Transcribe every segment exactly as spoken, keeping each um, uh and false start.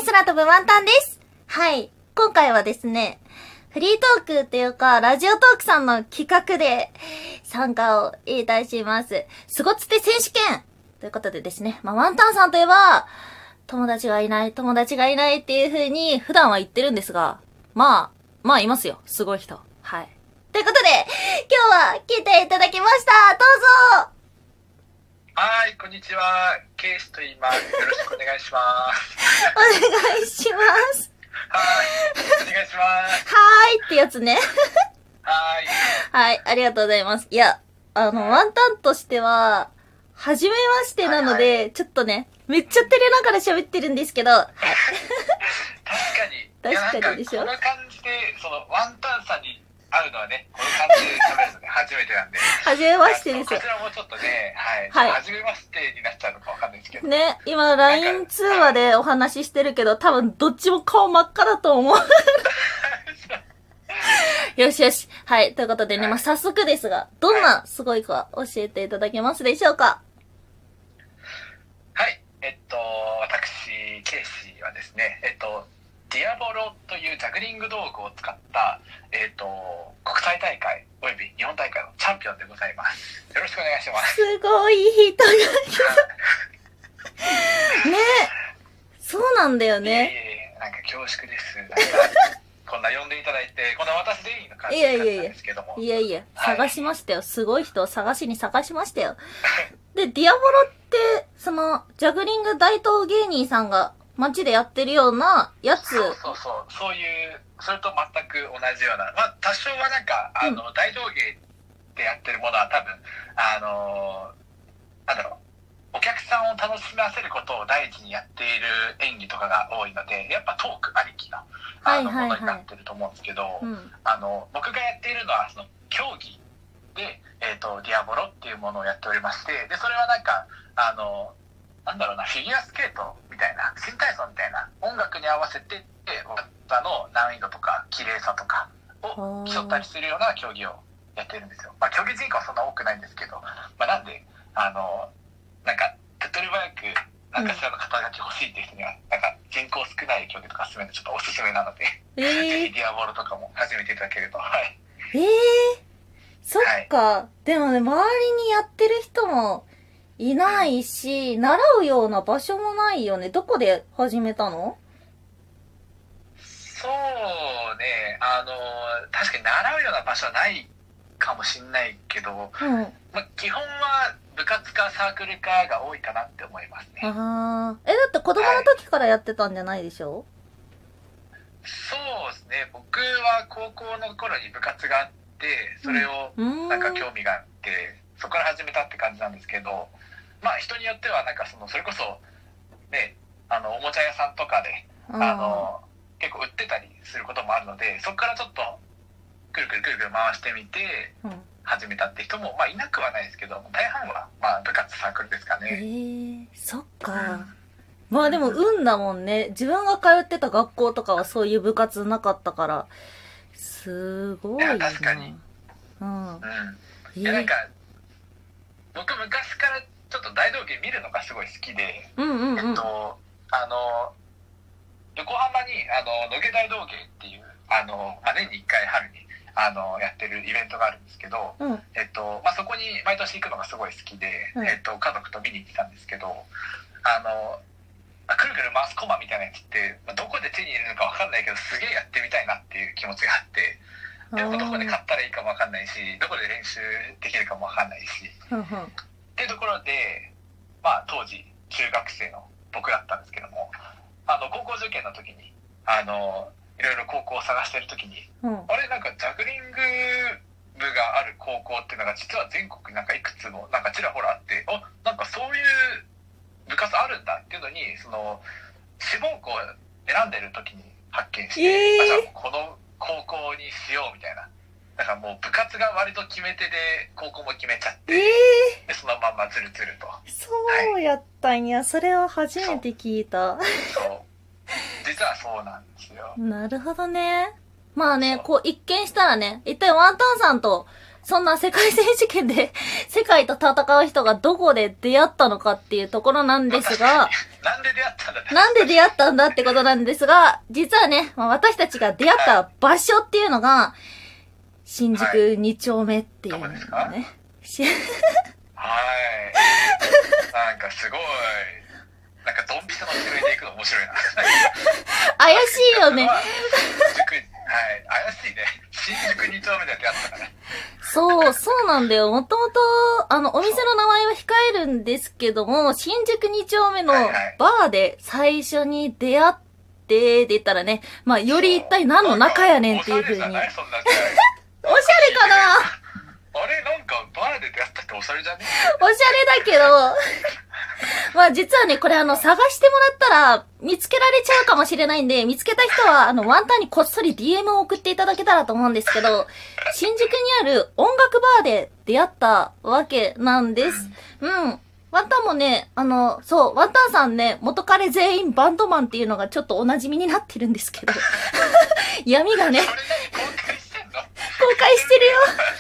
空飛ぶワンタンです。はい。今回はですね、フリートークっていうか、ラジオトークさんの企画で参加をいたします。すごつて選手権ということでですね、まあ、ワンタンさんといえば、友達がいない、友達がいないっていう風に普段は言ってるんですが、まあ、まあいますよ。すごい人。はい。ということで、今日は来ていただきました。どうぞ。 はい、こんにちは。ケイスと言います。よろしくお願いします。 お願いします。 はい、お願いします。 はーいってやつね。 はい。 はい、ありがとうございます。いや、あの、ワンタンとしては、初めましてなので、はいはい、ちょっとね、めっちゃ照れながら喋ってるんですけど。はい、 確かに。 確かにでしょ。 この感じで、その、ワンタンさんに会うのはね、この感じで喋るのね、初めてなんで。 初めましてですよ。 こちらもちょっとね、はい。はい、初めましてになっちゃうのかわかんないですけど。 ね、今、ライン 通話でお話ししてるけど、多分どっちも顔真っ赤だと思う。よしよし。はい。ということでね、はい、まあ、早速ですが、どんなすごいか教えていただけますでしょうか。 はい。えっと、私、ケイシはですね、えっと、ディアボロというジャグリング道具を使った、えっと、国際大会および日本大会のチャンピオンでございます。よろしくお願いします。 すごい人がいる。ねえ。そうなんだよね。 いえいえ、なんか恐縮です。なんかこんな呼んでいただいて、こんな私でいいのかって感じなんですけども。 いやいやいや、探しましたよ。すごい人を探しに探しましたよ。で、ディアボロって、その、ジャグリング大東芸人さんが街でやってるようなやつ。 そうそうそう。そういう、それと全く同じような。まあ、多少はなんか、あの、うん、大道芸でやってるものは多分、あのー、なんだろう。お客さんを楽しませることを第一にやっている演技とかが多いので、やっぱトークありきの、あの、ものになってると思うんですけど、うん、あの、僕がやっているのは、その、競技で、えっと、ディアボロっていうものをやっておりまして、で、それはなんか、あの、なんだろうな、フィギュアスケートみたいな、新体操みたいな、音楽に合わせて、技の難易度とか、綺麗さとかを競ったりするような競技をやってるんですよ。まあ、競技人口はそんな多くないんですけど、まあ、なんで、あの、なんか、手っ取り早く、なんかしらの肩書き欲しいっていう人には、うん、なんか、人口少ない競技とか進めるのちょっとおすすめなので、えー、ぜひディアボロとかも始めていただければ、はい。 えー、そっか、はい。でもね、周りにやってる人もいないし、うん、習うような場所もないよね。どこで始めたの？ そうね、あの、確かに習うような場所はないかもしんないけど、うん、まあ、基本は部活かサークルかが多いかなって思いますね。 ああ、え、だって子供の時からやってたんじゃないでしょ？ はい、そうですね。僕は高校の頃に部活があって、それをなんか興味があって、うん、そこから始めたって感じなんですけど、まあ人によってはなんかそのそれこそね、あのおもちゃ屋さんとかであの結構売ってたりすることもあるので、そこからちょっとくるくるくるくる回してみて。うん、始めたって人も、まあ、いなくはないですけど、大半は、まあ、部活サークルですかね。 へえー、そっか。うん、まあでも、運だもんね。自分が通ってた学校とかはそういう部活なかったから、すごいな。 いや、確かに。うん。うん。いや、なんか、僕昔からちょっと大道芸見るのがすごい好きで、 うんうんうん、 えっと、あの、横浜に、あの、野毛大道芸っていう、あの、まあ、年にいっかい春に、あのやってるイベントがあるんですけど、うん、えっとまあ、そこに毎年行くのがすごい好きで、うん、えっと、家族と見に行ってたんですけど、あのくるくる回すコマみたいなやつって、まあ、どこで手に入れるのか分かんないけどすげえやってみたいなっていう気持ちがあって、でもどこで買ったらいいかも分かんないし、どこで練習できるかも分かんないし、うん、っていうところで、まあ、当時中学生の僕だったんですけども、あの高校受験の時にあのいろいろ高校を探してるときに、うん、あれなんかジャグリング部がある高校っていうのが実は全国になんかいくつもなんかちらほらあって、あ、なんかそういう部活あるんだっていうのに、その志望校を選んでるときに発見して、えー、あ、じゃあこの高校にしようみたいな。だからもう部活が割と決め手で高校も決めちゃって、えー、でそのまんまズルズルと。 そうやったんや、はい、それは初めて聞いた。 そう。実はそうなんですよ。 なるほどね。まあね、こう一見したらね、一体ワンタンさんと、そんな世界選手権で世界と戦う人がどこで出会ったのかっていうところなんですが、 なんで出会ったんだって。 なんで出会ったんだってことなんですが、実はね、まあ、私たちが出会った場所っていうのが、新宿に丁目っていうのね。はい、どこですか？はい。 なんかすごい、なんかドンピシャの連れで行くの面白いな。 怪しいよね。 新宿、はい、怪しいね。新宿に丁目で出会ったからね。 そう、そうなんだよ。もともと、あの、お店の名前は控えるんですけども、新宿に丁目のバーで最初に出会って、で言ったらね、まあ、より一体何の仲やねんっていうふうに。おしゃれかなあれなんかバーで出会ったっておしゃれじゃね？ おしゃれだけど、まあ実はね、これあの、探してもらったら、見つけられちゃうかもしれないんで、見つけた人は、あの、ワンタンにこっそり ディーエム を送っていただけたらと思うんですけど、新宿にある音楽バーで出会ったわけなんです。うん。ワンタンもね、あの、そう、ワンタンさんね、元彼全員バンドマンっていうのがちょっとお馴染みになってるんですけど、闇がね、 それ何公開してんの？ 公開してるよ。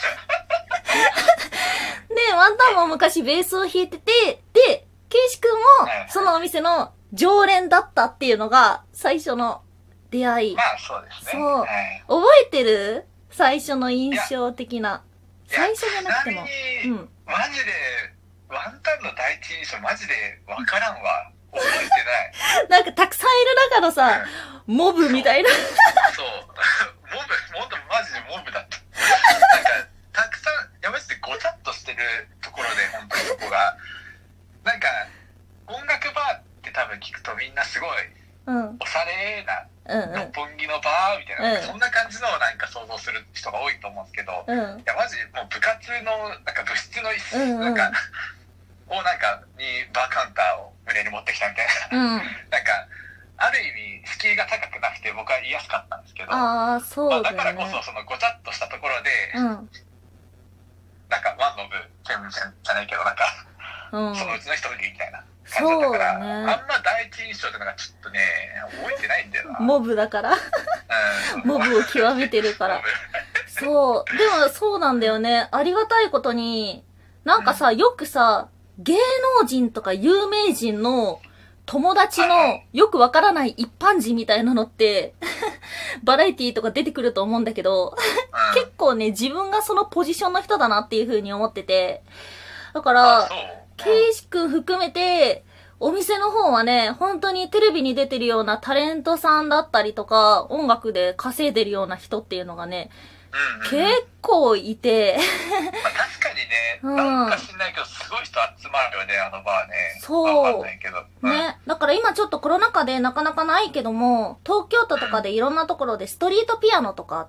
で、ワンタンも昔ベースを弾いてて、で、ケイシ君もそのお店の常連だったっていうのが最初の出会い。 まあそうですね。 そう。はい、覚えてる？最初の印象的な。最初じゃなくても。 うん。マジで、ワンタンの第一印象マジでわからんわ。覚えてない。 なんかたくさんいる中のさ、うん、モブみたいな。 そう。そうモブ、ほんとマジでモブだった。なんか、たくさん、いやマジでごちゃっとしてるところで、本当にそこが。なんか、音楽バーって多分聞くとみんなすごい、うん、おしゃれな、六本木のバーみたいな、うん、そんな感じのをなんか想像する人が多いと思うんですけど、うん、いやマジもう部活の、なんか部室の椅子、うんうん、なんか、をなんか、にバーカウンターを胸に持ってきたみたいな。うん、なんか、ある意味、敷居が高くなくて僕は言いやすかったんですけど、 あそうだね、 まあ、だからこそそのごちゃっとしたところで、うん、なんかワンの部全部じゃないけど、なんか、うん、そのうちの一人みたいな感じだったから、ね、あんま第一印象とかがちょっとね、覚えてないんだよな。 モブだから。うん、モブを極めてるから。そう。でもそうなんだよね。ありがたいことに、なんかさ、よくさ、芸能人とか有名人の友達のよくわからない一般人みたいなのって、バラエティとか出てくると思うんだけど、結構ね、自分がそのポジションの人だなっていう風に思ってて、だから、ケイシ君含めて、お店の方はね、本当にテレビに出てるようなタレントさんだったりとか、音楽で稼いでるような人っていうのがね、うんうん、結構いて。 まあ確かにね、うん、なんか知んないけど、すごい人集まるよね、あのバーね。 そう。 わかんないけど。うん、 ね。だから今ちょっとコロナ禍でなかなかないけども、東京都とかでいろんなところでストリートピアノとかあって、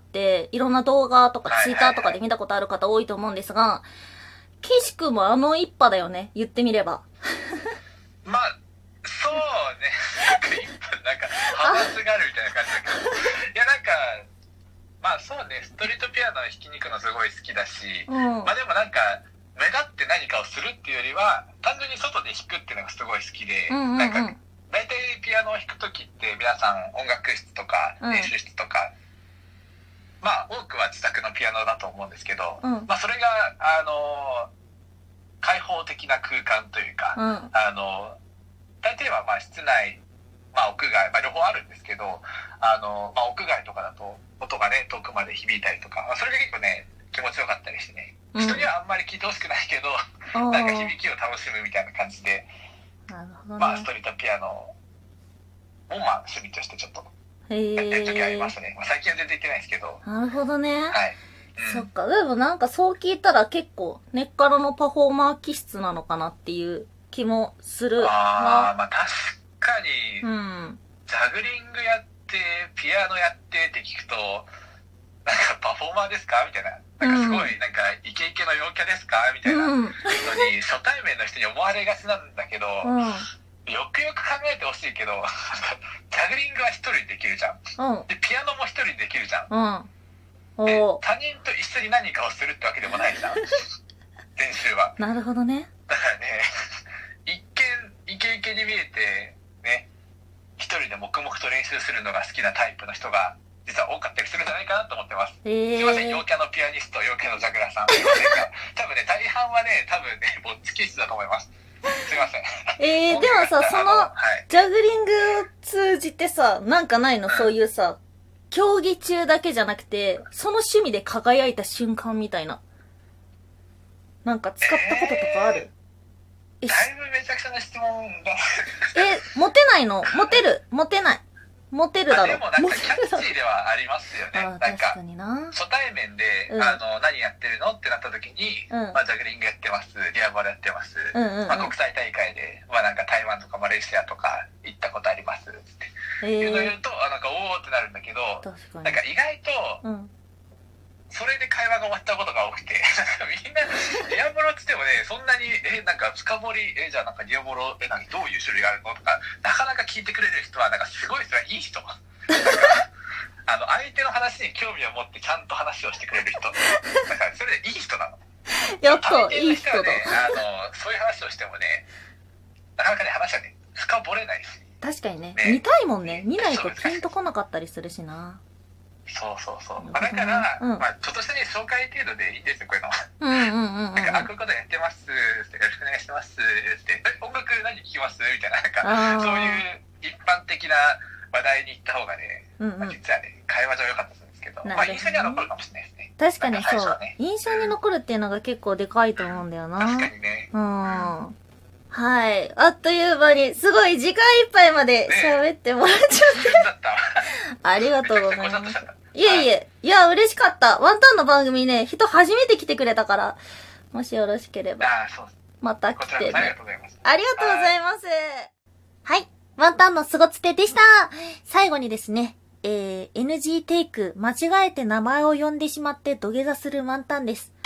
いろんな動画とかツイッターとかで見たことある方多いと思うんですが、ケイシ君もあの一派だよね、言ってみれば。 まあ、そうね。なんか、派閥があるみたいな感じだけど。いや、なんか、まあそうね、ストリートピアノ弾きに行くのすごい好きだし、うん、まあでもなんか、目立って何かをするっていうよりは、単純に外で弾くっていうのがすごい好きで、うんうんうん、なんか、大体ピアノを弾くときって皆さん音楽室とか練習室とか、うん、まあ多くは自宅のピアノだと思うんですけど、うん、まあそれが、あの、開放的な空間というか、うん、あの、大体はまあ室内、まあ屋外、まあ両方あるんですけど、あの、まあ屋外とかだと音がね、遠くまで響いたりとか、それが結構ね、気持ちよかったりしてね、うん、人にはあんまり聞いてほしくないけど、なんか響きを楽しむみたいな感じで、 なるほどね、 まあストリートピアノをまあ趣味としてちょっとやってる時ありますね。まあ、最近は全然行ってないですけど。 なるほどね。 はい。 うん、そっか、でもなんかそう聞いたら結構根っからのパフォーマー気質なのかなっていう気もする。 ああ、まあ確かに、 うん、 ジャグリングやって、ピアノやってって聞くと、なんかパフォーマーですかみたいな。なんかすごい、なんかイケイケの陽キャですかみたいなのに、初対面の人に思われがちなんだけど、うん、よくよく考えてほしいけど、ジャグリングは一人できるじゃん。うん、で、ピアノも一人できるじゃん。 うんで他人と一緒に何かをするってわけでもないじゃん練習は。 なるほどね。 だからね、一見イケイケに見えてね、一人で黙々と練習するのが好きなタイプの人が実は多かったりするんじゃないかなと思ってます。えー、すいません、陽キャのピアニスト、陽キャのジャグラーさん、多分ね、大半はね、多分ね、ぼっち気質だと思います。 すいません。 えー、でもさ、その、はい、ジャグリングを通じてさ、なんかないの、うん、そういうさ、競技中だけじゃなくて、その趣味で輝いた瞬間みたいな。なんか使ったこととかある？ えー、だいぶめちゃくちゃな質問だ。 え、モテないの？モテる？モテない。モテるだろ。 でもなんかキャッチーではありますよね。なんか、初対面で、うん、あの、何やってるのってなった時に、うん、まあ、ジャグリングやってます、ディアボールやってます、うんうんうん、まあ、国際大会で、まあ、なんか台湾とかマレーシアとか行ったことあります、って。いうのを言うと、あ、なんか、おーってなるんだけど、なんか意外と、うんそれで会話が終わったことが多くて、みんな、ディアボロって言ってもね、そんなに、え、なんか深掘り、え、じゃあなんかディアボロ、え、何、どういう種類があるのとか、なかなか聞いてくれる人は、なんかすごい人はいい人。あの、相手の話に興味を持ってちゃんと話をしてくれる人。だからそれでいい人なの。 やっぱ、いい人だ。 ね、あの、そういう話をしてもね、なかなかね、話はね、深掘れないし。 確かにね。ね見たいもんね。見ないとピンとこなかったりするしな。 そうそうそう。まあ、だから、うん、まあ、ちょっとしたね、紹介程度でいいんですよ、こういうのは。うんうんうん、うん。なんか、あ、こういうことやってます、って、よろしくお願いします、って、え、音楽何聴きますみたいな、なんか、そういう一般的な話題に行った方がね、うんうん、まあ、実はね、会話上良かったりするんですけど、まあ、印象には残るかもしれないですね。 確かにそう。ね、印象に残るっていうのが結構でかいと思うんだよな。 確かにね。 うん。はい。あっという間に、すごい時間いっぱいまで喋ってもらっちゃって。ね、ありがとうございます。いえいえ、いや、嬉しかった。ワンタンの番組ね、人初めて来てくれたから、もしよろしければ。 あ、そうまた来て、ね。 ありがとうございます。 ありがとうございます。はい。ワンタンのすごつてでした。最後にですね、えー、エヌジー テイク、間違えて名前を呼んでしまって土下座するワンタンです。